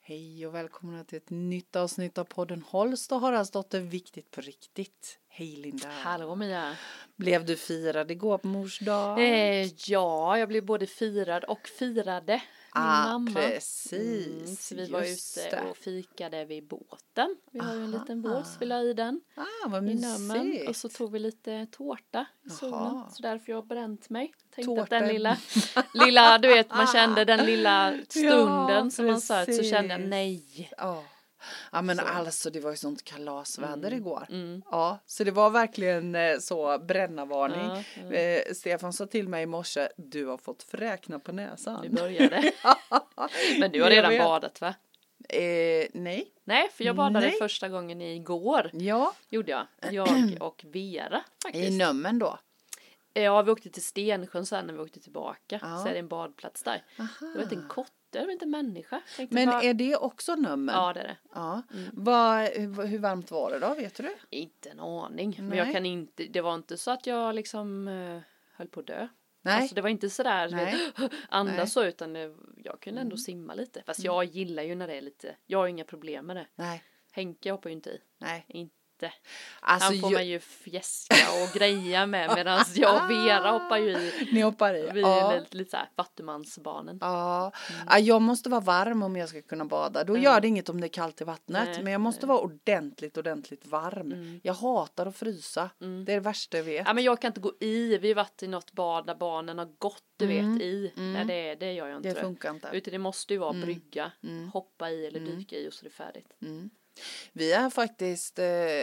Hej och välkomna till ett nytt avsnitt av podden Holst och Haraldsdotter viktigt på riktigt. Hej Linda. Hallå Mia. Blev du firad igår på mors dag? Ja, jag blev både firad och firade min mamma. Precis. Så vi var ute och fikade vid båten. Vi har ju en liten båt, så vi la i den. Vad i Nömmen. mysigt. Och så tog vi lite tårta i solen. Så därför jag har bränt mig. Tänkte Tårta. att den lilla, du vet, man kände den lilla stunden som man sa, så kände jag nej. Ja men Så. alltså det var ju sånt kalasväder igår. Ja, så det var verkligen så brännarvarning. Stefan sa till mig i morse, du har fått fräkna på näsan. Nu började. Men du har redan badat, va? Nej. Nej, för jag badade första gången igår. Ja. Gjorde jag. Jag och Vera faktiskt. I Nömmen då? Ja, vi åkte till Stensjön sen när vi åkte tillbaka. Ja. Så är det en badplats där. Aha. Det var inte en kotte, det var inte en människa. Men är det också Nömmen? Ja, det är det. Ja. Hur varmt var det då, vet du det? Inte en aning. Nej. Men jag kan inte, det var inte så att jag liksom höll på att dö. Nej. Alltså det var inte sådär andas Nej. så, utan jag kunde ändå simma lite. Fast jag gillar ju när det är lite, jag har inga problem med det. Nej. Henke hoppar ju inte i. Nej. Inte. Alltså, Han får man ju fjäska och greja med, medan jag och Vera hoppar ju i. Ni hoppar i? Vi är lite såhär vattumansbarnen. Ja. Jag måste vara varm om jag ska kunna bada. Då gör det inget om det är kallt i vattnet. Nej. Men jag måste vara ordentligt varm. Jag hatar att frysa. Det är det värsta jag vet. Ja, men jag kan inte gå i. Vi har varit i något bad där barnen har gått, du vet, i. Nej, det gör jag inte. Det funkar inte. Utan det måste ju vara brygga. Hoppa i eller dyka i och så är det färdigt. Vi är faktiskt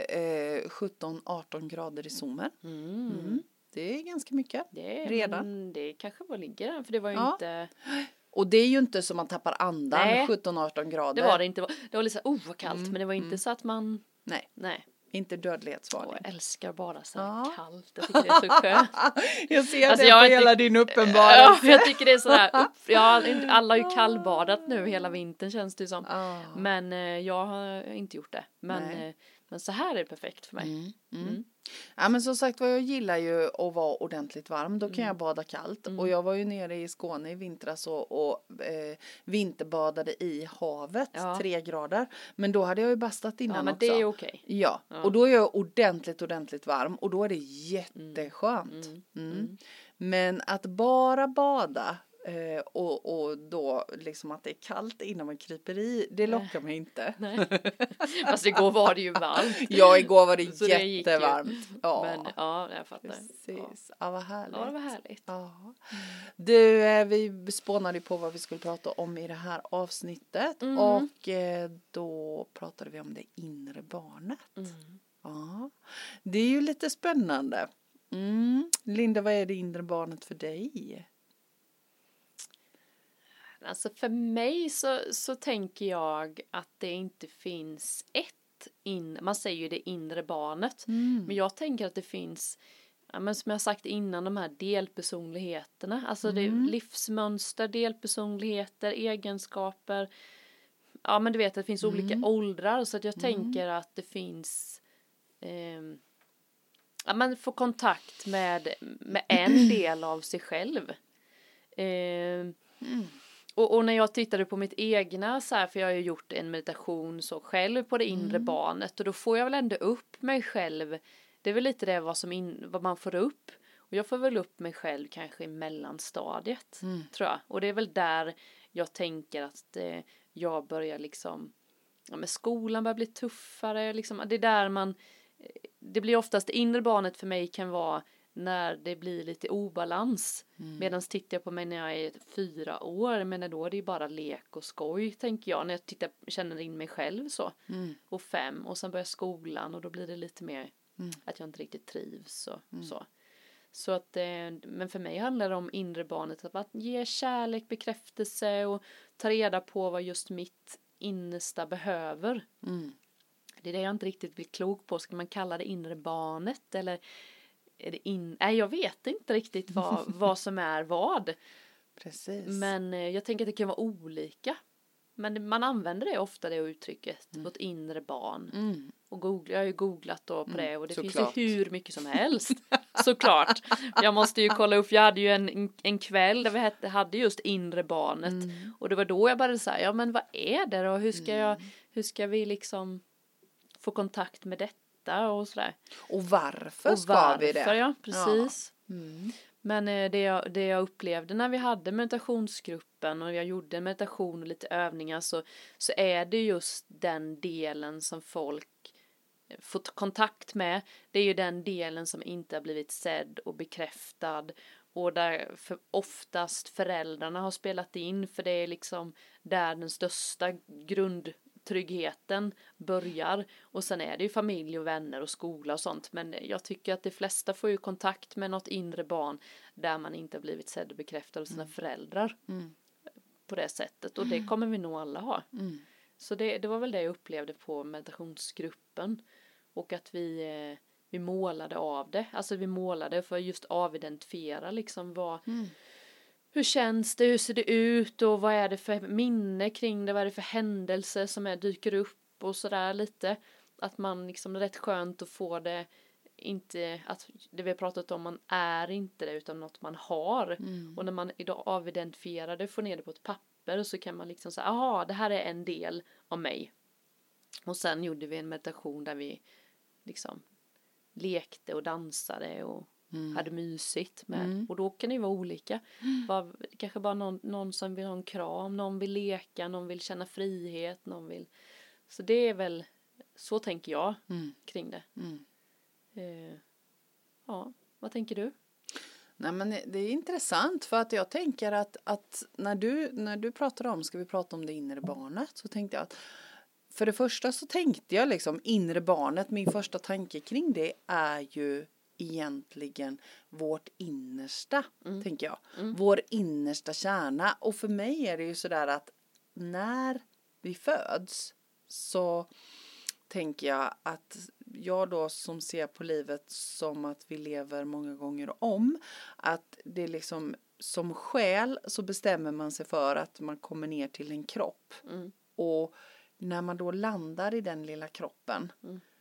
17-18 grader i Zoomer. Det är ganska mycket redan. Det kanske bara ligger där, för det var ju inte... Och det är ju inte som man tappar andan, Nej. 17-18 grader. Det var det inte. Det var lite så vad kallt, men det var inte så att man... Nej. Inte dödlighetsvarning. Jag älskar bara så här kallt. Jag tycker det är så skönt. Jag ser det på hela din uppenbarelse. Jag tycker det är sådär. Alla har ju kallbadat nu hela vintern, känns det som. Men jag har inte gjort det. Men så här är det perfekt för mig. Ja, men som sagt, jag gillar ju att vara ordentligt varm. Då kan jag bada kallt. Och jag var ju nere i Skåne i vintras och vinterbadade i havet 3 grader. Men då hade jag ju bastat innan men också. det är okej. Ja, och då är jag ordentligt varm. Och då är det jätteskönt. Men att bara bada och då liksom att det är kallt innan man kryper i, det lockar mig inte. Nej. Fast igår var det ju varmt. Ja, igår var det så jättevarmt. Ja. Men jag fattar. Precis. Ja, vad härligt. Ja, det var härligt. Ja. Du, vi spånade på vad vi skulle prata om i det här avsnittet. Och då pratade vi om det inre barnet. Ja. Det är ju lite spännande. Linda, vad är det inre barnet för dig? Alltså för mig så tänker jag att det inte finns man säger ju det inre barnet. Men jag tänker att det finns, men som jag sagt innan, de här delpersonligheterna. Alltså det är livsmönster, delpersonligheter, egenskaper. Ja, men du vet att det finns olika åldrar. Så att jag tänker att det finns... man får kontakt med en del av sig själv. Och när jag tittade på mitt egna så här, för jag har ju gjort en meditation så själv på det inre barnet, och då får jag väl ändå upp mig själv. Det är väl lite det vad man får upp. Och jag får väl upp mig själv kanske i mellanstadiet, tror jag. Och det är väl där jag tänker att jag börjar liksom, men skolan börjar bli tuffare. Liksom, det är där det blir oftast det inre barnet för mig kan vara när det blir lite obalans. Medan tittar jag på mig när jag är 4 år, men då är det ju bara lek och skoj, tänker jag. När jag känner in mig själv så. Och 5, och sen börjar skolan, och då blir det lite mer att jag inte riktigt trivs och så. Så att, men för mig handlar det om inre barnet, att ge kärlek, bekräftelse och ta reda på vad just mitt innersta behöver. Det är det jag inte riktigt blir klok på. Ska man kalla det inre barnet, eller är det nej, jag vet inte riktigt vad som är vad. Precis. Men jag tänker att det kan vara olika. Men man använder det ofta, det uttrycket, vårt inre barn. Och jag har ju googlat då på det, och det finns ju hur mycket som helst. såklart. Jag måste ju kolla upp, jag hade ju en kväll där vi hade just inre barnet. Och det var då jag började säga, ja men vad är det då? Hur ska vi liksom få kontakt med detta och sådär. Och varför ska vi det? Ja, precis. Ja. Men det jag upplevde när vi hade meditationsgruppen och jag gjorde meditation och lite övningar så är det just den delen som folk fått kontakt med. Det är ju den delen som inte har blivit sedd och bekräftad och där oftast föräldrarna har spelat in, för det är liksom där den största grundtryggheten börjar, och sen är det ju familj och vänner och skola och sånt, men jag tycker att de flesta får ju kontakt med något inre barn där man inte har blivit sedd och bekräftad av sina föräldrar på det sättet, och det kommer vi nog alla ha. Så det var väl det jag upplevde på meditationsgruppen, och att vi målade av det, alltså vi målade för just avidentifiera liksom hur känns det, hur ser det ut och vad är det för minne kring det, vad är det för händelser som dyker upp och sådär lite, att man liksom, det är rätt skönt att få det, inte att det vi har pratat om, man är inte det utan något man har, och när man idag avidentifierar det, får ner det på ett papper, så kan man liksom säga, aha, det här är en del av mig. Och sen gjorde vi en meditation där vi liksom lekte och dansade och hade mysigt med. Och då kan det vara olika. Kanske bara någon som vill ha en kram, någon vill leka, någon vill känna frihet, någon vill. Så det är väl, så tänker jag kring det. Ja, vad tänker du? Nej, men det är intressant, för att jag tänker att när du pratar om, ska vi prata om det inre barnet, så tänkte jag att för det första så tänkte jag liksom inre barnet, min första tanke kring det är ju egentligen vårt innersta, tänker jag. Vår innersta kärna. Och för mig är det ju sådär att när vi föds så tänker jag att jag då som ser på livet som att vi lever många gånger om, att det är liksom som själ så bestämmer man sig för att man kommer ner till en kropp. Och när man då landar i den lilla kroppen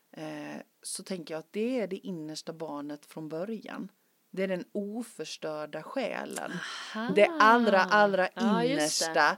så tänker jag att det är det innersta barnet från början. Det är den oförstörda själen. Aha. Det allra innersta.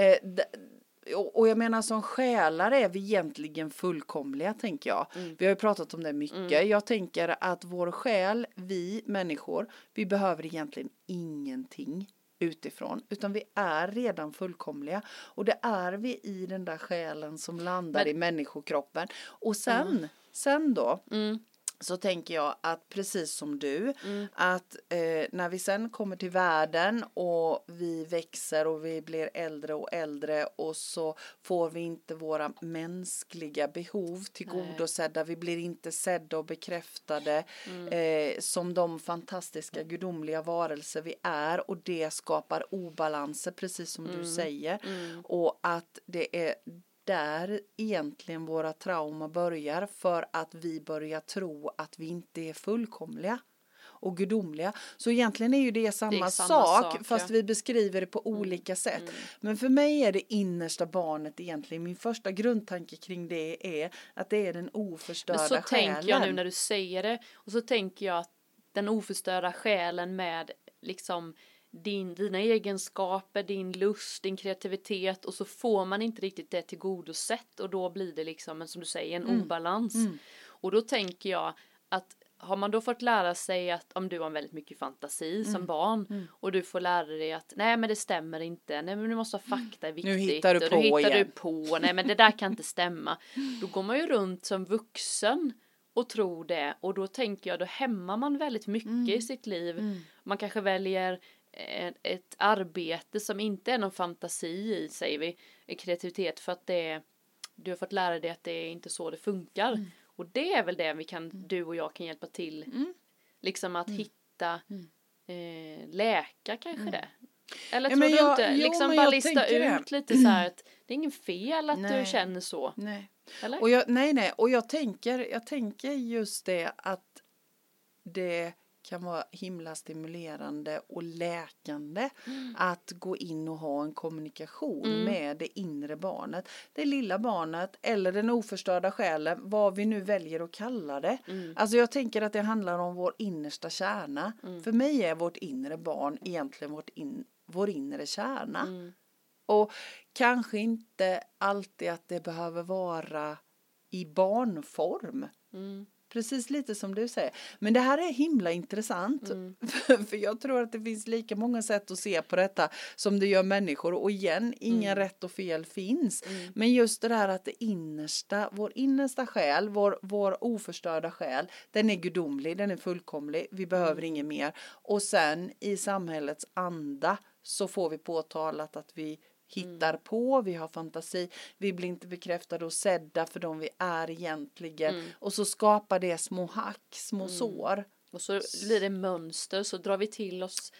Och jag menar, som själar är vi egentligen fullkomliga, tänker jag. Vi har ju pratat om det mycket. Jag tänker att vår själ, vi människor, vi behöver egentligen ingenting utifrån, utan vi är redan fullkomliga, och det är vi i den där själen som landar i människokroppen. Och sen då så tänker jag att precis som du, att när vi sen kommer till världen och vi växer och vi blir äldre och äldre, och så får vi inte våra mänskliga behov tillgodosedda, vi blir inte sedda och bekräftade som de fantastiska gudomliga varelser vi är, och det skapar obalanser, precis som du säger, och att det är där egentligen våra trauma börjar, för att vi börjar tro att vi inte är fullkomliga och gudomliga. Så egentligen är ju det samma sak, fast vi beskriver det på olika sätt. Men för mig är det innersta barnet egentligen, min första grundtanke kring det är att det är den oförstörda själen. Så tänker jag nu när du säger det, och så tänker jag att den oförstörda själen med liksom dina egenskaper, din lust, din kreativitet, och så får man inte riktigt det tillgodosett, och då blir det liksom, som du säger, en obalans. Och då tänker jag att har man då fått lära sig att om du har väldigt mycket fantasi som barn, och du får lära dig att nej men det stämmer inte, nej men du måste ha fakta är viktigt, nu hittar du på, nej men det där kan inte stämma. Då går man ju runt som vuxen och tror det, och då tänker jag, då hämmar man väldigt mycket i sitt liv. Man kanske väljer ett arbete som inte är någon fantasi i, säger vi, kreativitet, för att du har fått lära dig att det är inte så det funkar. Och det är väl det du och jag kan hjälpa till liksom att hitta läka kanske det. Eller tror du inte, liksom bara lista ut lite så här att det är ingen fel att du känner så. Nej. Eller? Och jag tänker just det, att det kan vara himla stimulerande och läkande att gå in och ha en kommunikation med det inre barnet. Det lilla barnet eller den oförstörda själen, vad vi nu väljer att kalla det. Alltså jag tänker att det handlar om vår innersta kärna. För mig är vårt inre barn egentligen vår inre kärna. Och kanske inte alltid att det behöver vara i barnform. Precis lite som du säger. Men det här är himla intressant. För jag tror att det finns lika många sätt att se på detta som det gör människor. Och igen, inga rätt och fel finns. Men just det där att det innersta, vår innersta själ, vår oförstörda själ, den är gudomlig, den är fullkomlig. Vi behöver inget mer. Och sen i samhällets anda så får vi påtalat att vi hittar på, vi har fantasi, vi blir inte bekräftade och sedda för de vi är egentligen. Och så skapar det små hack, små sår. Och så blir det mönster, så drar vi till oss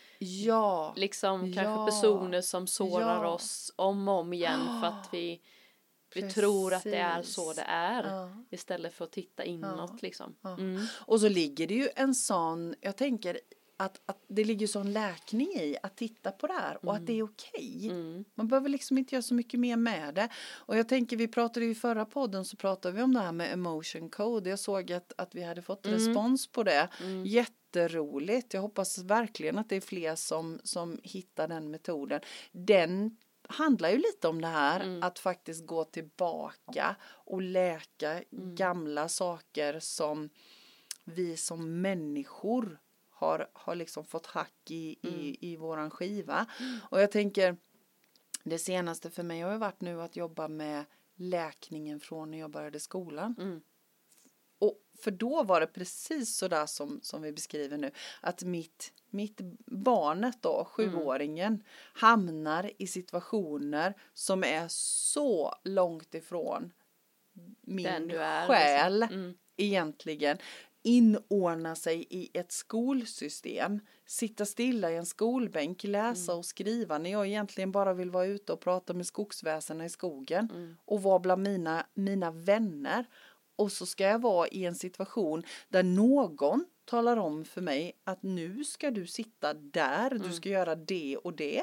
liksom kanske personer som sårar oss om och om igen för att vi tror att det är så det är istället för att titta inåt liksom. Och så ligger det ju en sån, jag tänker att det ligger sån läkning i att titta på det här och att det är okej. Man behöver liksom inte göra så mycket mer med det. Och jag tänker, vi pratade i förra podden så pratade vi om det här med emotion code. Jag såg att vi hade fått respons på det. Jätteroligt. Jag hoppas verkligen att det är fler som hittar den metoden. Den handlar ju lite om det här att faktiskt gå tillbaka och läka gamla saker som vi som människor har liksom fått hack i våran skiva. Och jag tänker, det senaste för mig har ju varit nu att jobba med läkningen från när jag började skolan. Och för då var det precis sådär som vi beskriver nu, att mitt barnet då, 7-åringen, hamnar i situationer som är så långt ifrån min själ egentligen. Inordna sig i ett skolsystem, sitta stilla i en skolbänk, läsa och skriva när jag egentligen bara vill vara ute och prata med skogsväsarna i skogen och vara bland mina vänner. Och så ska jag vara i en situation där någon talar om för mig att nu ska du sitta där, du ska göra det och det.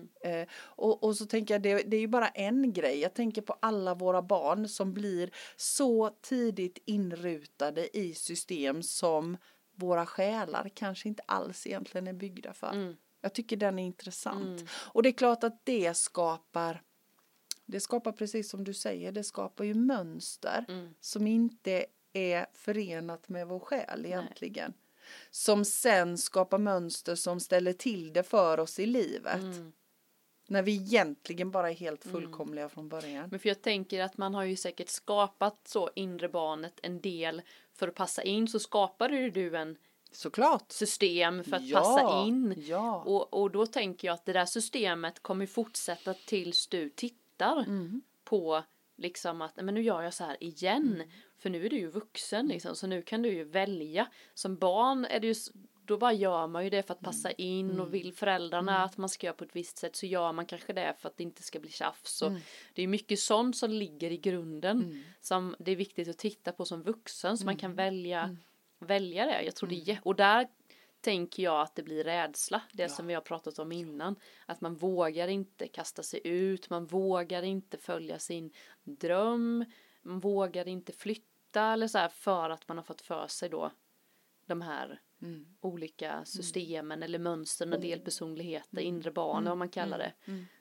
Och så tänker jag, det är ju bara en grej. Jag tänker på alla våra barn som blir så tidigt inrutade i system som våra själar kanske inte alls egentligen är byggda för. Jag tycker den är intressant. Och det är klart att det skapar precis som du säger, det skapar ju mönster som inte är förenat med vår själ egentligen. Nej. Som sen skapar mönster som ställer till det för oss i livet. När vi egentligen bara är helt fullkomliga från början. Men för jag tänker att man har ju säkert skapat så inre barnet en del för att passa in, så skapade du en såklart system för att passa in. Ja. Och då tänker jag att det där systemet kommer fortsätta tills du tittar på liksom att men nu gör jag så här igen. För nu är du ju vuxen liksom, så nu kan du ju välja. Som barn är det ju, då bara gör man ju det för att passa in och vill föräldrarna att man ska göra på ett visst sätt, så gör man kanske det för att det inte ska bli tjafs. Och det är mycket sånt som ligger i grunden som det är viktigt att titta på som vuxen, så man kan välja det. Jag tror det är, och där tänker jag att det blir rädsla, det som vi har pratat om innan, att man vågar inte kasta sig ut, man vågar inte följa sin dröm, man vågar inte flytta eller så här, för att man har fått för sig då de här olika systemen eller mönstren och delpersonligheter, inre barn, vad man kallar det,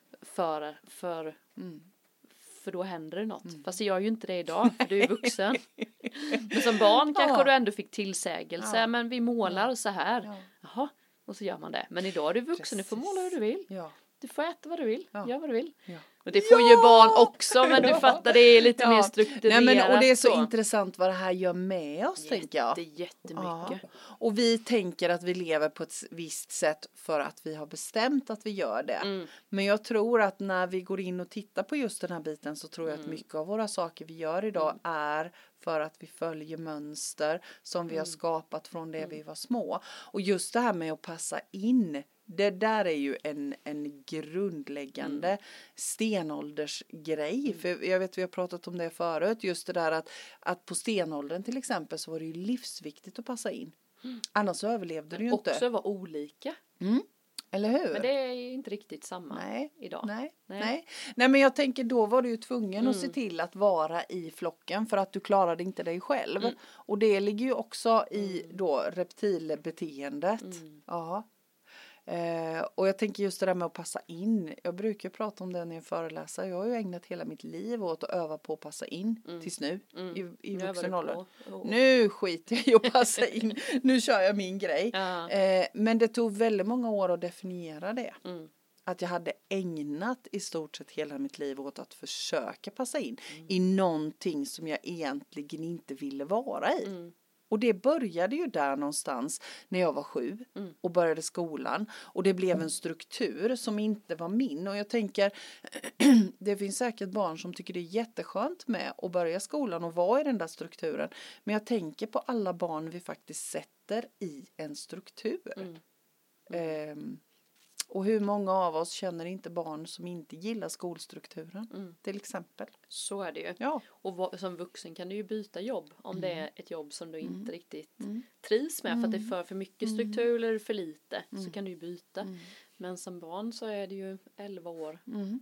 för då händer det något. Fast jag gör ju inte det idag, för du är vuxen. Men som barn kanske du ändå fick tillsägelse, men vi målar så här. Jaha, och så gör man det. Men idag är du vuxen, du får måla hur du vill. Du får äta vad du vill, gör vad du vill. Och det får ju barn också, men du fattar, det är lite mer strukturerat. Nej, men, och det är så intressant vad det här gör med oss, tänker jag. Jättemycket. Och vi tänker att vi lever på ett visst sätt för att vi har bestämt att vi gör det. Men jag tror att när vi går in och tittar på just den här biten, så tror jag att mycket av våra saker vi gör idag är för att vi följer mönster som vi har skapat från det vi var små. Och just det här med att passa in, det där är ju en grundläggande stenåldersgrej. För jag vet, vi har pratat om det förut. Just det där att på stenåldern till exempel så var det ju livsviktigt att passa in. Annars överlevde du ju inte. Också vara olika. Eller hur? Men det är ju inte riktigt samma idag. Nej, men jag tänker då var du ju tvungen att se till att vara i flocken för att du klarade inte dig själv. Och det ligger ju också i då reptilbeteendet. Ja. Och jag tänker just det där med att passa in. Jag brukar prata om det när jag föreläser. Jag har ju ägnat hela mitt liv åt att öva på att passa in tills nu i vuxen ålder. Nu skiter jag i att passa in. Nu kör jag min grej. Men det tog väldigt många år att definiera det. Att jag hade ägnat i stort sett hela mitt liv åt att försöka passa in i någonting som jag egentligen inte ville vara i. Och det började ju där någonstans när jag var 7 och började skolan. Och det blev en struktur som inte var min. Och jag tänker, det finns säkert barn som tycker det är jätteskönt med att börja skolan och vara i den där strukturen. Men jag tänker på alla barn vi faktiskt sätter i en struktur. Och hur många av oss känner inte barn som inte gillar skolstrukturen till exempel. Så är det ju. Ja. Och som vuxen kan du ju byta jobb om det är ett jobb som du inte riktigt trivs med. För att det är för mycket struktur eller för lite så kan du ju byta. Men som barn så är det ju 11 år.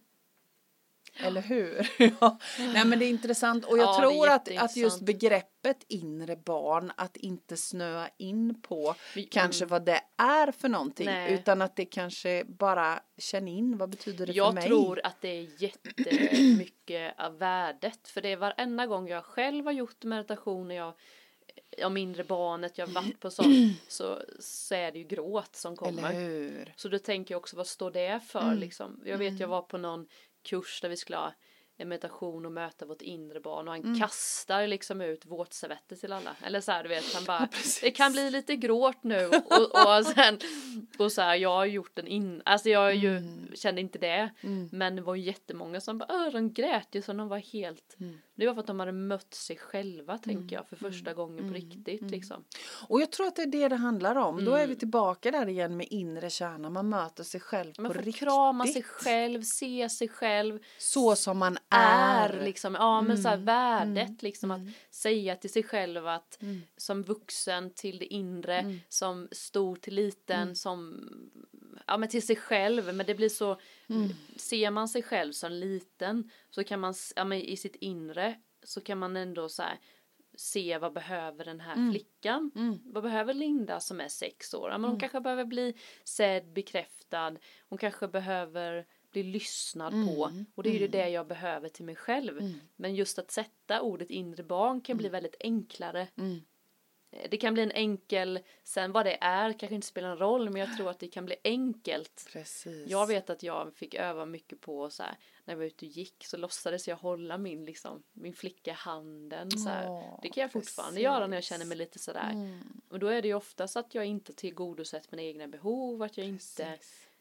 Eller hur? Ja. Nej men det är intressant och jag tror att just begreppet inre barn att inte snöa in på kanske vad det är för någonting utan att det kanske bara känner in vad betyder det för mig. Jag tror att det är jättemycket av värdet för det är varenda gång jag själv har gjort meditation och jag mindre barnet jag har varit på så är det ju gråt som kommer. Eller hur? Så då tänker jag också vad står det för liksom. Jag vet jag var på någon kurs där vi skulle ha en meditation och möta vårt inre barn och han kastar liksom ut våtservetter till alla. Eller så här, du vet, han bara, det kan bli lite gråt nu och sen och så här, jag har gjort alltså jag kände inte det, men det var jättemånga som bara, de grät ju så de var helt, det var för att de hade mött sig själva tänker jag för första gången på riktigt liksom. Och jag tror att det är det handlar om. Då är vi tillbaka där igen med inre kärna. Man möter sig själv på riktigt. Man får krama sig själv, se sig själv. Så som man är. Liksom, men så här värdet liksom att säga till sig själv att som vuxen till det inre, som stor till liten, som men till sig själv, men det blir så ser man sig själv som liten så kan man i sitt inre så kan man ändå så här se vad behöver den här flickan. Vad behöver Linda som är 6 år? Men hon kanske behöver bli sedd, bekräftad. Hon kanske behöver bli lyssnad på. Och det är ju det jag behöver till mig själv. Men just att sätta ordet inre barn kan bli väldigt enklare. Det kan bli en enkel, sen vad det är kanske inte spelar en roll, men jag tror att det kan bli enkelt. Precis. Jag vet att jag fick öva mycket på så här, när jag var ute och gick så låtsades jag hålla min flicka i handen så här. Det kan jag fortfarande göra när jag känner mig lite sådär. Och då är det ju oftast att jag inte tillgodosett mina egna behov, att jag inte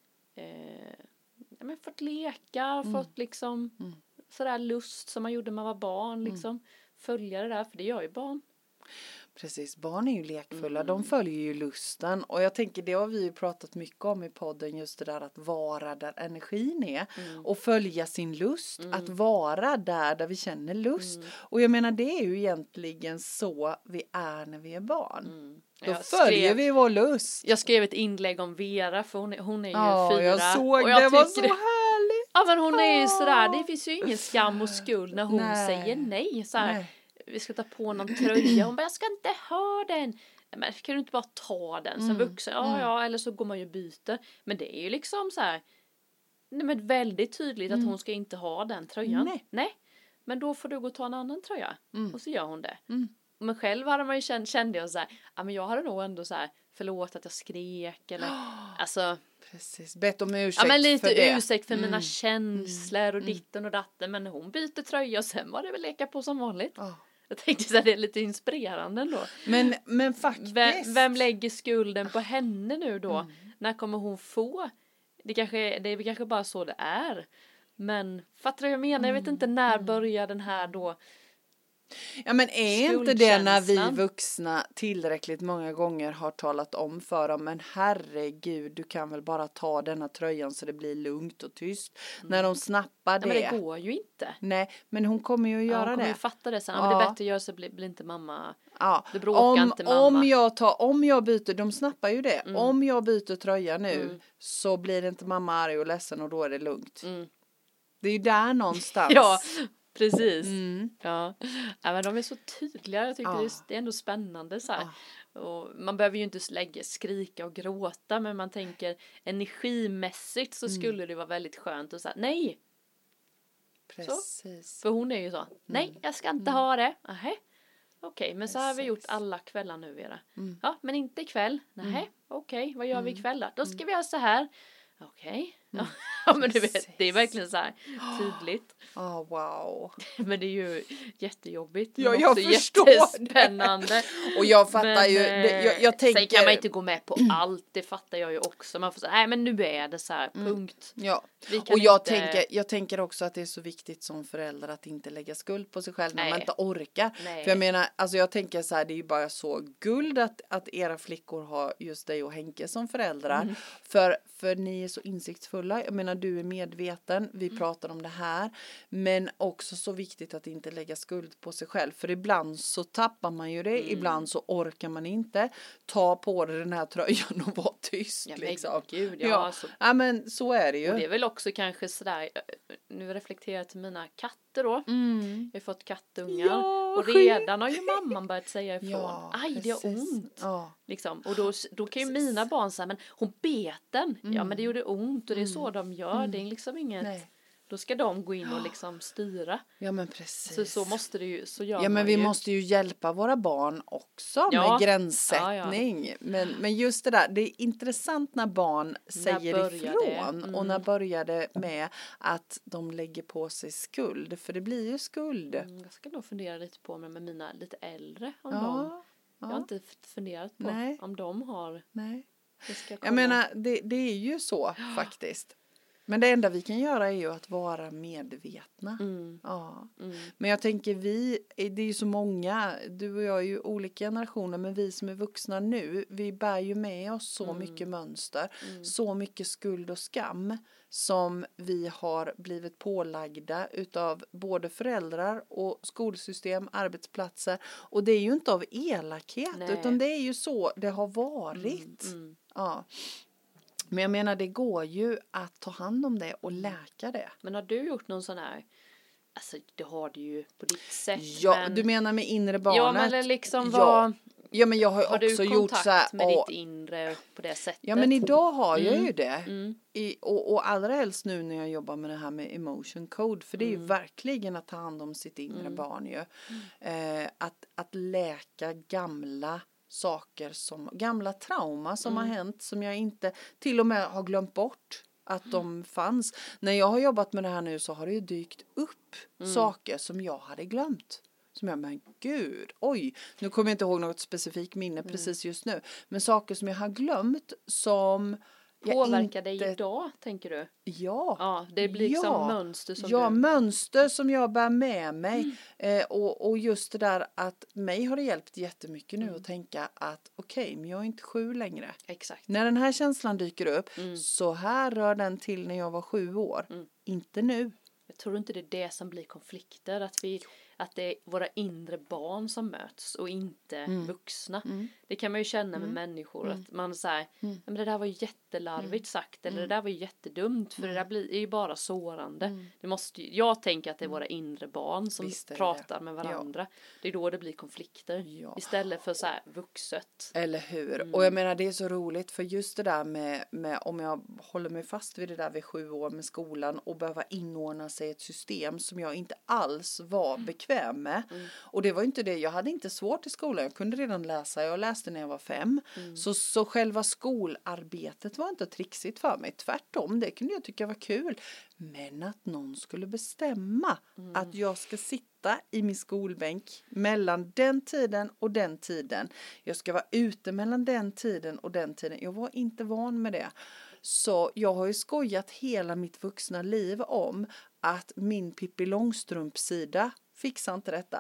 fått leka, fått liksom sådär lust som man gjorde när man var barn liksom. Följa det där, för det gör ju barn. Precis, barn är ju lekfulla, de följer ju lusten och jag tänker det har vi ju pratat mycket om i podden, just det där att vara där energin är och följa sin lust, att vara där vi känner lust och jag menar det är ju egentligen så vi är när vi är barn. Då följer vi vår lust. Jag skrev ett inlägg om Vera för hon är ju 4. Jag såg och det var så härligt. Ja men hon är ju sådär, det finns ju ingen skam och skuld när hon säger nej så här. Vi ska ta på någon tröja. Hon bara, jag ska inte ha den. Men kan du inte bara ta den som vuxen? Ja, eller så går man ju byter. Men det är ju liksom så här. Nej, men väldigt tydligt att hon ska inte ha den tröjan. Nej. Men då får du gå och ta en annan tröja. Och så gör hon det. Men själv hade man ju kände jag så här. Ja, men jag hade nog ändå så här. Förlåt att jag skrek. Eller, alltså. Precis, bett om ursäkt men lite för det. ursäkt för mina känslor och ditten och datten. Men hon byter tröja och sen var det väl leka på som vanligt. Jag tänkte så här, det är lite inspirerande ändå. Men faktiskt. Vem lägger skulden på henne nu då? När kommer hon få? Det är kanske bara så det är. Men fattar du vad jag menar? Jag vet inte när börjar den här då Ja, men är inte det när vi Skuldkänslan. vuxna tillräckligt många gånger har talat om för dem, men herregud, du kan väl bara ta denna tröjan så det blir lugnt och tyst. När de snappar Nej, men det det. går ju inte. Nej, men hon kommer ju att Ja, hon göra kommer ju det. fatta det sen. Ja, men det är bättre att göra så blir inte mamma. Ja, Det bråkar inte mamma. om jag byter, de snappar ju det. Om jag byter tröja nu så blir inte mamma arg och ledsen och då är det lugnt. Det är ju där någonstans. Ja, precis. Ja. Ja, men de är så tydliga. Jag tycker det är ändå spännande så här. Och man behöver ju inte skrika och gråta, men man tänker energimässigt så skulle det vara väldigt skönt att säga nej. Precis. För hon är ju så. Nej, jag ska inte ha det. Nähä. Okej, men så har vi gjort alla kvällar nu, Vera. Ja, men inte ikväll. Nähä. Okej, vad gör vi ikväll då? Då ska vi göra så här. Okej. Ja, men du vet, det är verkligen så här tydligt. Wow. Men det är ju jättejobbigt. Ja, Men jag också förstår jättespännande. Och jag fattar ju, jag tänker. Sen kan man inte gå med på allt, det fattar jag ju också. Man får säga, nej men nu är det så här, punkt. Ja, Vi kan och jag inte... tänker också att det är så viktigt som förälder att inte lägga skuld på sig själv när Nej. man inte orkar. Nej. För jag menar, alltså jag tänker så här, det är ju bara så guld att era flickor har just dig och Henke som föräldrar. För ni är så insiktsfulla. Jag menar, du är medveten, vi pratar om det här. Men också så viktigt att inte lägga skuld på sig själv. För ibland så tappar man ju det, ibland så orkar man inte. Ta på dig den här tröjan och vara tyst. Ja, liksom. men gud, Ja. alltså. Ja, men så är det ju. Och det är väl också kanske sådär, nu reflekterar jag till mina katter då. Jag har fått kattungar. Ja, och redan har ju mamman börjat säga ifrån. Ja, Aj, det gör precis. ont. Ja. Liksom. Och då kan ju mina barn säga, men hon bet den. Ja, men det gjorde ont och det är så de gör. Det är liksom inget... Nej. Då ska de gå in och liksom styra. Ja, men precis. Så måste det ju, så gör Ja, men man vi ju. måste ju hjälpa våra barn också med gränssättning. Ja. Men just det där, det är intressant när barn säger ifrån. Och när börjar det med att de lägger på sig skuld. För det blir ju skuld. Jag ska nog fundera lite på med mina lite äldre. Om de, jag har inte funderat på om de har. Nej. Jag Jag menar, det är ju så faktiskt. Men det enda vi kan göra är ju att vara medvetna. Ja. Men jag tänker det är ju så många, du och jag är ju olika generationer, men vi som är vuxna nu, vi bär ju med oss så mycket mönster, så mycket skuld och skam som vi har blivit pålagda utav både föräldrar och skolsystem, arbetsplatser. Och det är ju inte av elakhet, utan det är ju så det har varit. Ja. Men jag menar, det går ju att ta hand om det och läka det. Men har du gjort någon sån här, alltså det har du ju på ditt sätt. Ja, men... du menar med inre barnet? Ja, men eller liksom vad... Ja, men jag har också gjort så här. Har du kontakt med ditt inre på det sättet? Ja, men idag har jag ju det. Och allra helst nu när jag jobbar med det här med emotion code. För det är ju verkligen att ta hand om sitt inre barn ju. Att läka gamla saker gamla trauma som har hänt som jag inte till och med har glömt bort att de fanns. När jag har jobbat med det här nu så har det ju dykt upp saker som jag hade glömt. Som jag, men gud, oj, nu kommer jag inte ihåg något specifikt minne precis just nu. Men saker som jag har glömt som påverkar dig idag, tänker du? Ja. Ja, det blir liksom mönster som du... mönster som jag bär med mig. Och just det där att mig har det hjälpt jättemycket nu att tänka att okej, men jag är inte 7 längre. Exakt. När den här känslan dyker upp så här rör den till när jag var 7 år. Inte nu. Jag tror inte det är det som blir konflikter, att det är våra inre barn som möts och inte vuxna. Det kan man ju känna med människor att man säger, men det där var ju jättelarvigt sagt eller det där var ju jättedumt för det där är ju bara sårande. Jag tänker att det är våra inre barn som pratar med varandra. Ja. Det är då det blir konflikter istället för så här vuxet. Eller hur? Och jag menar det är så roligt för just det där med om jag håller mig fast vid det där vid 7 år med skolan och behöva inordna sig i ett system som jag inte alls var bekväm med. Och det var inte det, jag hade inte svårt i skolan, jag kunde redan läsa, jag läste när jag var 5. Så själva skolarbetet var inte trixigt för mig, tvärtom, det kunde jag tycka var kul. Men att någon skulle bestämma att jag ska sitta i min skolbänk mellan den tiden och den tiden. Jag ska vara ute mellan den tiden och den tiden. Jag var inte van med det. Så jag har ju skojat hela mitt vuxna liv om att min Pippi Långstrump-sida fixar inte detta.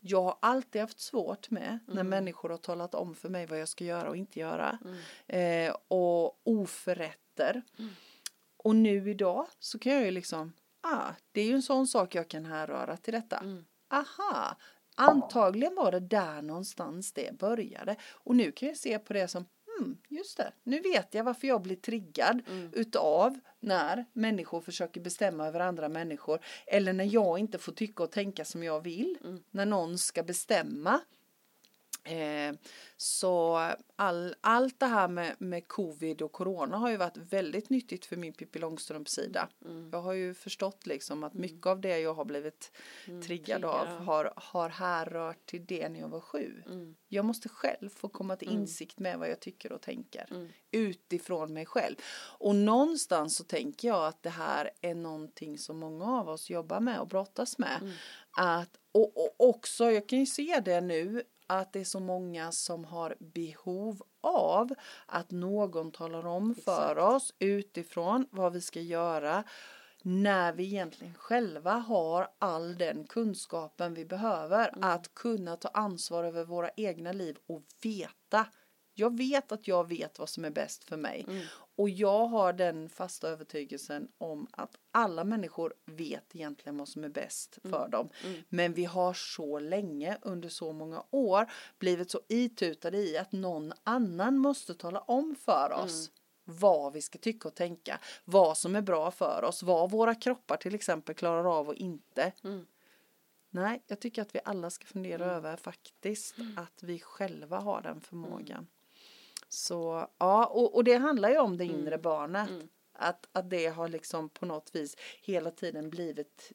jag har alltid haft svårt med när människor har talat om för mig vad jag ska göra och inte göra. Och oförrätter. Och nu idag så kan jag ju liksom, det är ju en sån sak jag kan härröra till detta. Aha, antagligen var det där någonstans det började. Och nu kan jag se på det som, just det, nu vet jag varför jag blir triggad utav när människor försöker bestämma över andra människor. Eller när jag inte får tycka och tänka som jag vill. När någon ska bestämma. Så allt det här med covid och corona har ju varit väldigt nyttigt för min Pippi Långstrump-sida. Jag har ju förstått liksom att mycket av det jag har blivit triggad av har härrört till det när jag var 7. Jag måste själv få komma till insikt med vad jag tycker och tänker utifrån mig själv. Och någonstans så tänker jag att det här är någonting som många av oss jobbar med och brottas med. Och också, jag kan ju se det nu, att det är så många som har behov av att någon talar om för oss utifrån vad vi ska göra när vi egentligen själva har all den kunskapen vi behöver att kunna ta ansvar över våra egna liv och veta. Jag vet att jag vet vad som är bäst för mig. Och jag har den fasta övertygelsen om att alla människor vet egentligen vad som är bäst för dem. Men vi har så länge under så många år blivit så itutade i att någon annan måste tala om för oss vad vi ska tycka och tänka. Vad som är bra för oss. Vad våra kroppar till exempel klarar av och inte. Nej, jag tycker att vi alla ska fundera över faktiskt att vi själva har den förmågan. Så ja, och det handlar ju om det inre barnet. Att det har liksom på något vis hela tiden blivit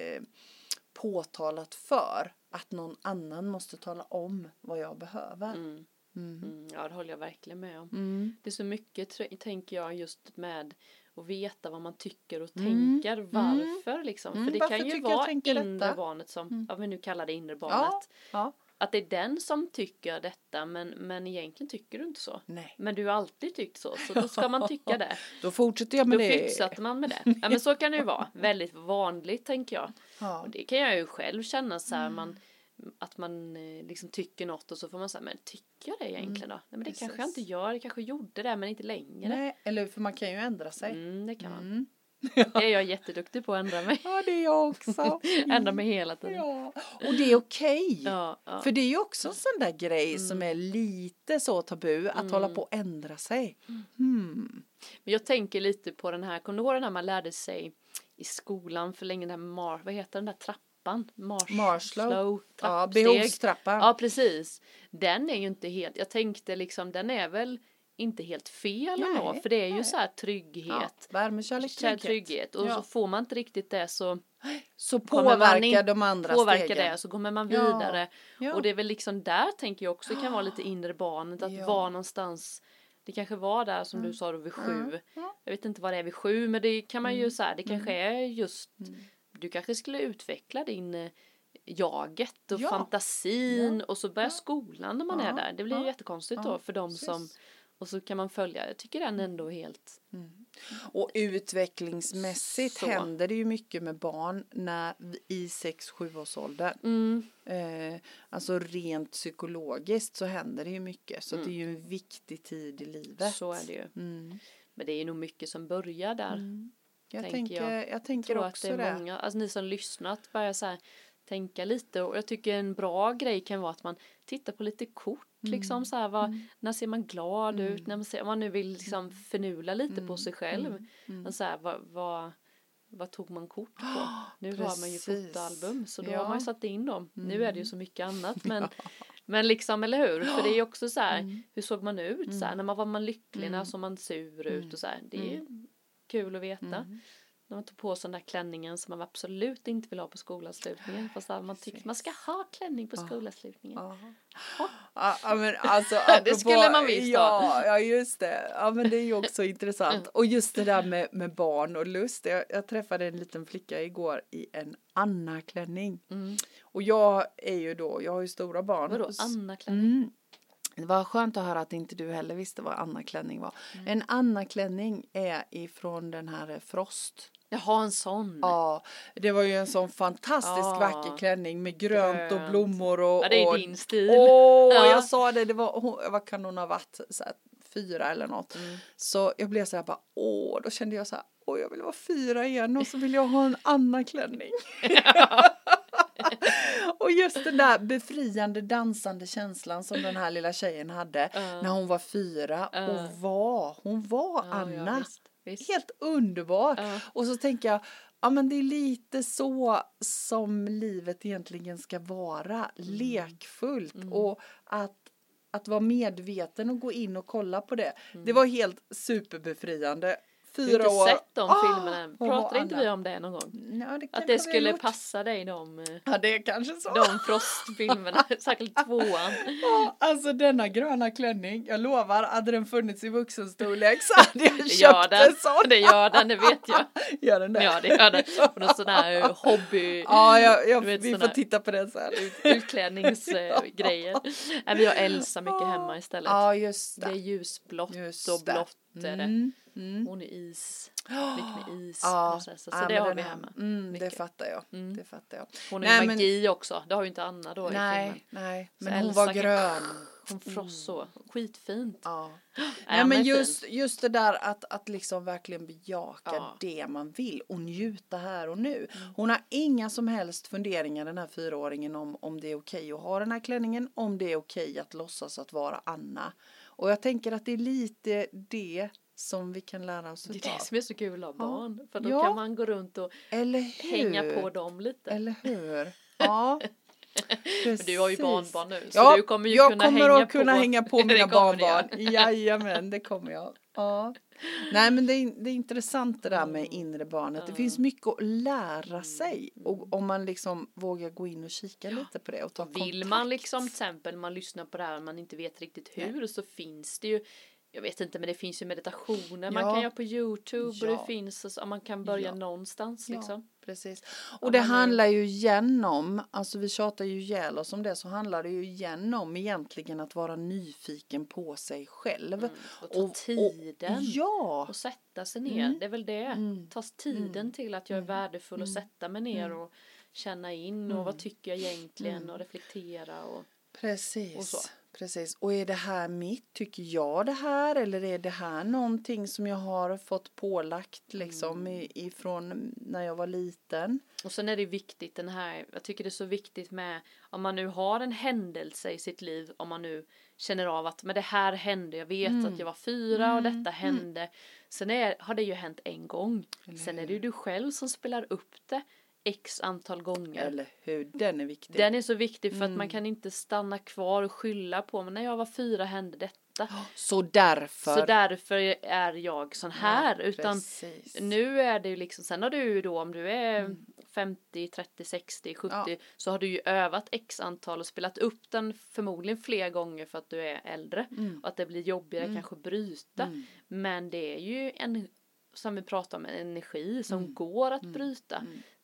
påtalat för att någon annan måste tala om vad jag behöver. Ja, det håller jag verkligen med om. Det är så mycket, tänker jag, just med att veta vad man tycker och tänker. Varför liksom. För det kan ju vara inre barnet som, vi nu kallar det inre barnet. Att det är den som tycker detta, men egentligen tycker du inte så. Nej. Men du har alltid tyckt så då ska man tycka det. Då fortsätter jag med det. Då fortsätter man med det. Ja, men så kan det ju vara. Väldigt vanligt, tänker jag. Och det kan jag ju själv känna så här, att man liksom tycker något och så får man säga, men tycker jag det egentligen då? Nej, men det kanske jag inte gör, jag kanske gjorde det men inte längre. Nej, eller för man kan ju ändra sig. Det kan man. Det är jag jätteduktig på att ändra mig. Ja, det är jag också. Ändra mig hela tiden. Ja. Och det är okej. Ja. För det är ju också en sån där grej som är lite så tabu att hålla på att ändra sig. Men jag tänker lite på den här, kommer du ihåg den här man lärde sig i skolan för länge, den här, vad heter den där trappan? Marslow. Ja, behovstrappan. Ja, precis. Den är ju inte helt, jag tänkte liksom, den är väl inte helt fel ändå, för det är ju så här trygghet. Värme, kärlek, trygghet. Och så får man inte riktigt det så påverkar de andra stegen. Det, så kommer man vidare. Och det är väl liksom där, tänker jag också, kan vara lite inre barnet, att vara någonstans. Det kanske var där som du sa då vid 7. Jag vet inte vad det är vid 7, men det kan man ju så här, det kanske är just, du kanske skulle utveckla din jaget och fantasin och så börjar skolan när man är där. Det blir ju jättekonstigt då för dem som, och så kan man följa, jag tycker den ändå helt. Och utvecklingsmässigt händer det ju mycket med barn i 6-7 års ålder. Alltså rent psykologiskt så händer det ju mycket. Så det är ju en viktig tid i livet. Så är det ju. Men det är ju nog mycket som börjar där. Jag tänker också att det är många, alltså ni som lyssnat börjar så här tänka lite, och jag tycker en bra grej kan vara att man tittar på lite kort liksom så här, när ser man glad ut, när man ser, om man nu vill liksom förnula lite på sig själv, men så här, vad tog man kort på? Nu har man ju fotoalbum, så då har man ju satt in dem. Nu är det ju så mycket annat, men liksom, eller hur? För det är ju också så här, hur såg man ut så här, när var man lycklig, när såg man sur ut och så här, det är ju kul att veta. När man tog på sig den där klänningen som man absolut inte vill ha på skolavslutningen. Fast man tycker man ska ha klänning på skolavslutningen. Ja, men alltså, det skulle man visst ha. Ja, just det. Ja, men det är ju också intressant. Och just det där med barn och lust. Jag träffade en liten flicka igår i en Anna-klänning. Och jag har ju stora barn. Vadå, Anna-klänning? Det var skönt att höra att inte du heller visste vad Anna-klänning var. En Anna-klänning är ifrån den här Frost. Jaha, en sån. Ja, det var ju en sån fantastiskt vacker klänning med grönt och blommor och... Ja, det är din stil. Jag sa det var, vad kan hon ha varit? Så här, 4 eller något. Så jag blev så här bara, då kände jag så här, jag vill vara 4 igen och så vill jag ha en Anna-klänning. Och just den där befriande dansande känslan som den här lilla tjejen hade när hon var 4 och hon var Anna. Visst. Helt underbart. Och så tänker jag, ja men det är lite så som livet egentligen ska vara. Lekfullt och att vara medveten och gå in och kolla på det. Det var helt superbefriande. 4 år. Du har inte sett de filmerna än. Pratade inte vi om det någon gång? Ja, det att det skulle passa dig Ja, det är kanske så. De Frost-filmerna, särskilt 2:an. Ja, alltså denna gröna klänning, jag lovar, hade den funnits i vuxenstorlek så hade jag köpt en sån. Det gör den, det vet jag. Gör den det? Ja, det gör den. Och någon sån här hobby. Ja, vi får titta på det sen. Utklädningsgrejer. Vi har Elsa mycket hemma istället. Ja, just det. Det är ljusblått och blått är det. Hon är is. Mycket med is. Så det har vi hemma. Det fattar jag. Det fattar jag. Hon är magi också. Det har ju inte Anna då i filmen. Nej, men hon var grön. Hon Frost så. Skitfint. Ja. Nej, men just det där att liksom verkligen bejaka det man vill och njuta här och nu. Hon har inga som helst funderingar, den här 4-åringen, om det är okej att ha den här klänningen, om det är okej att låtsas att vara Anna. Och jag tänker att det är lite det som vi kan lära oss utav. Det är det som är så kul av barn. För då kan man gå runt och hänga på dem lite. Eller hur? Ja. Precis. Du har ju barnbarn nu. Så du kommer ju kunna hänga på mina barnbarn. Jajamän, det kommer jag. Ja. Nej, men det är intressant det där med inre barnet. Det finns mycket att lära sig. Och om man liksom vågar gå in och kika lite på det. Och ta vill kontakt. man liksom till exempel, man lyssnar på det här och man inte vet riktigt hur, så finns det ju, jag vet inte, men det finns ju meditationer man kan göra på YouTube och det finns, man kan börja någonstans liksom. Precis. Och det handlar ju igen om, alltså vi tjatar ju ihjäl oss om det, så handlar det ju igen om egentligen att vara nyfiken på sig själv. Och ta tiden. Och sätta sig ner. Det är väl det. Ta tiden till att jag är värdefull och sätta mig ner och känna in och vad tycker jag egentligen och reflektera och precis. Och så. Precis. Och är det här mitt? Tycker jag det här? Eller är det här någonting som jag har fått pålagt liksom ifrån när jag var liten? Och sen är det viktigt jag tycker det är så viktigt med, om man nu har en händelse i sitt liv, om man nu känner av att men det här hände, jag vet att jag var 4 och detta hände. Sen har det ju hänt en gång. Sen är det ju du själv som spelar upp det x antal gånger. Eller hur, den är viktig. Den är så viktig för att man kan inte stanna kvar och skylla på, men när jag var 4 hände detta. Så därför är jag sån här. Utan nu är det ju liksom, sen har du då, om du är 50, 30, 60, 70, så har du ju övat x antal och spelat upp den förmodligen fler gånger för att du är äldre. Och att det blir jobbigare kanske att bryta. Men det är ju som vi pratar om, en energi som går att bryta.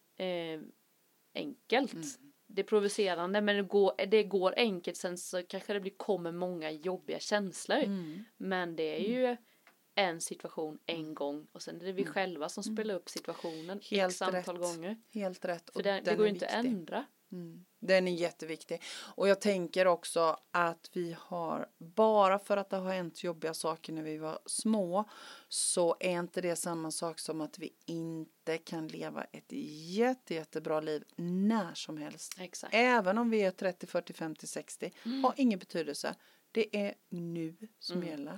Enkelt. Det är provocerande, men det går enkelt, sen så kanske det kommer många jobbiga känslor. Men det är ju en situation en gång och sen är det vi själva som spelar upp situationen x antal gånger. Helt rätt. För det går ju inte att ändra. Den är jätteviktig. Och jag tänker också att vi har, bara för att det har hänt jobbiga saker när vi var små, så är inte det samma sak som att vi inte kan leva ett jättebra liv när som helst. Exakt. Även om vi är 30, 40, 50, 60. Har ingen betydelse. Det är nu som gäller.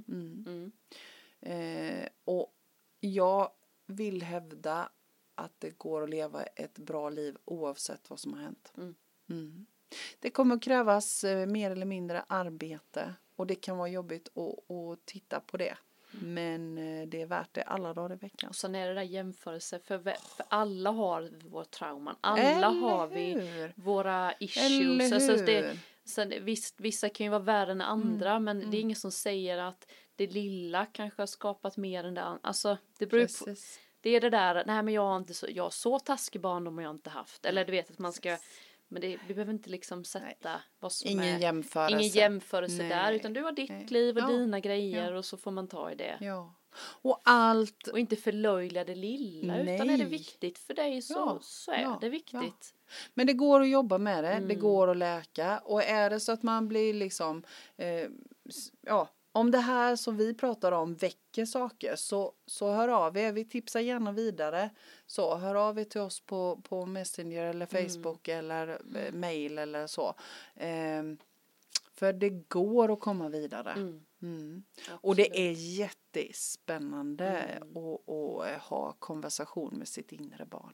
Och jag vill hävda att det går att leva ett bra liv oavsett vad som har hänt. Det kommer att krävas mer eller mindre arbete. Och det kan vara jobbigt att titta på det. Men det är värt det alla dagar i veckan. Och sen är det där jämförelse. För alla har vår trauman. Alla har vi våra issues. Alltså sen, vissa kan ju vara värre än andra. Men det är ingen som säger att det lilla kanske har skapat mer än det andra. Alltså det beror på. Det är det där, nej men jag har så taskig barndom har jag inte haft. Eller du vet att man ska Men vi behöver inte liksom sätta vad som ingen jämförelse. Ingen jämförelse där, utan du har ditt liv och dina grejer och så får man ta i det. Ja. Och inte förlöjliga det lilla, utan är det viktigt för dig så är det viktigt. Ja. Men det går att jobba med det, det går att läka, och är det så att man blir liksom, om det här som vi pratar om väcker saker, så hör av er. Vi tipsar gärna vidare. Så hör av er till oss på Messenger eller Facebook eller mail eller så. För det går att komma vidare. Och det är jättespännande att ha konversation med sitt inre barn.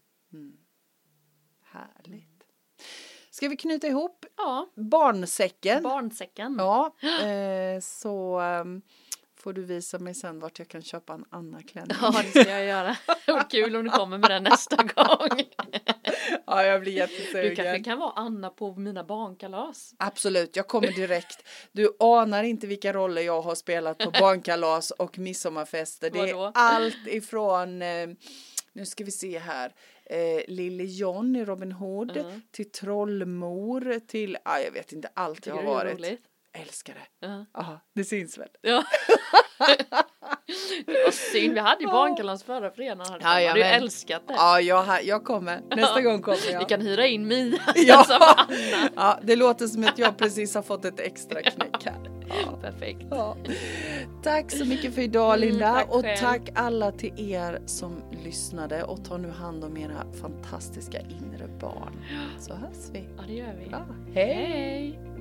Härligt. Ska vi knyta ihop barnsäcken? Barnsäcken. Ja, så får du visa mig sen vart jag kan köpa en annan klänning. Ja, det ska jag göra. Det var kul om du kommer med den nästa gång. Ja, jag blir jättesugen. Du kanske kan vara Anna på mina barnkalas. Absolut, jag kommer direkt. Du anar inte vilka roller jag har spelat på barnkalas och midsommarfester. Det är allt ifrån, nu ska vi se här, Lille John i Robin Hood, till Trollmor, till, jag vet inte, allt jag har varit. Roligt. Älskar det. Ja, det syns väl. Ja. Det var synd, vi hade ju barnkalas förra fredagen. Du har älskat det. Ja, jag kommer. Nästa gång kommer jag. Vi kan hyra in Mia. Ja, det låter som att jag precis har fått ett extra knäck här. Ja. Perfekt. Ja. Tack så mycket för idag, Linda. Och tack alla till er som lyssnade. Och ta nu hand om era fantastiska inre barn. Så hörs vi. Ja, det gör vi. Ja. Hej!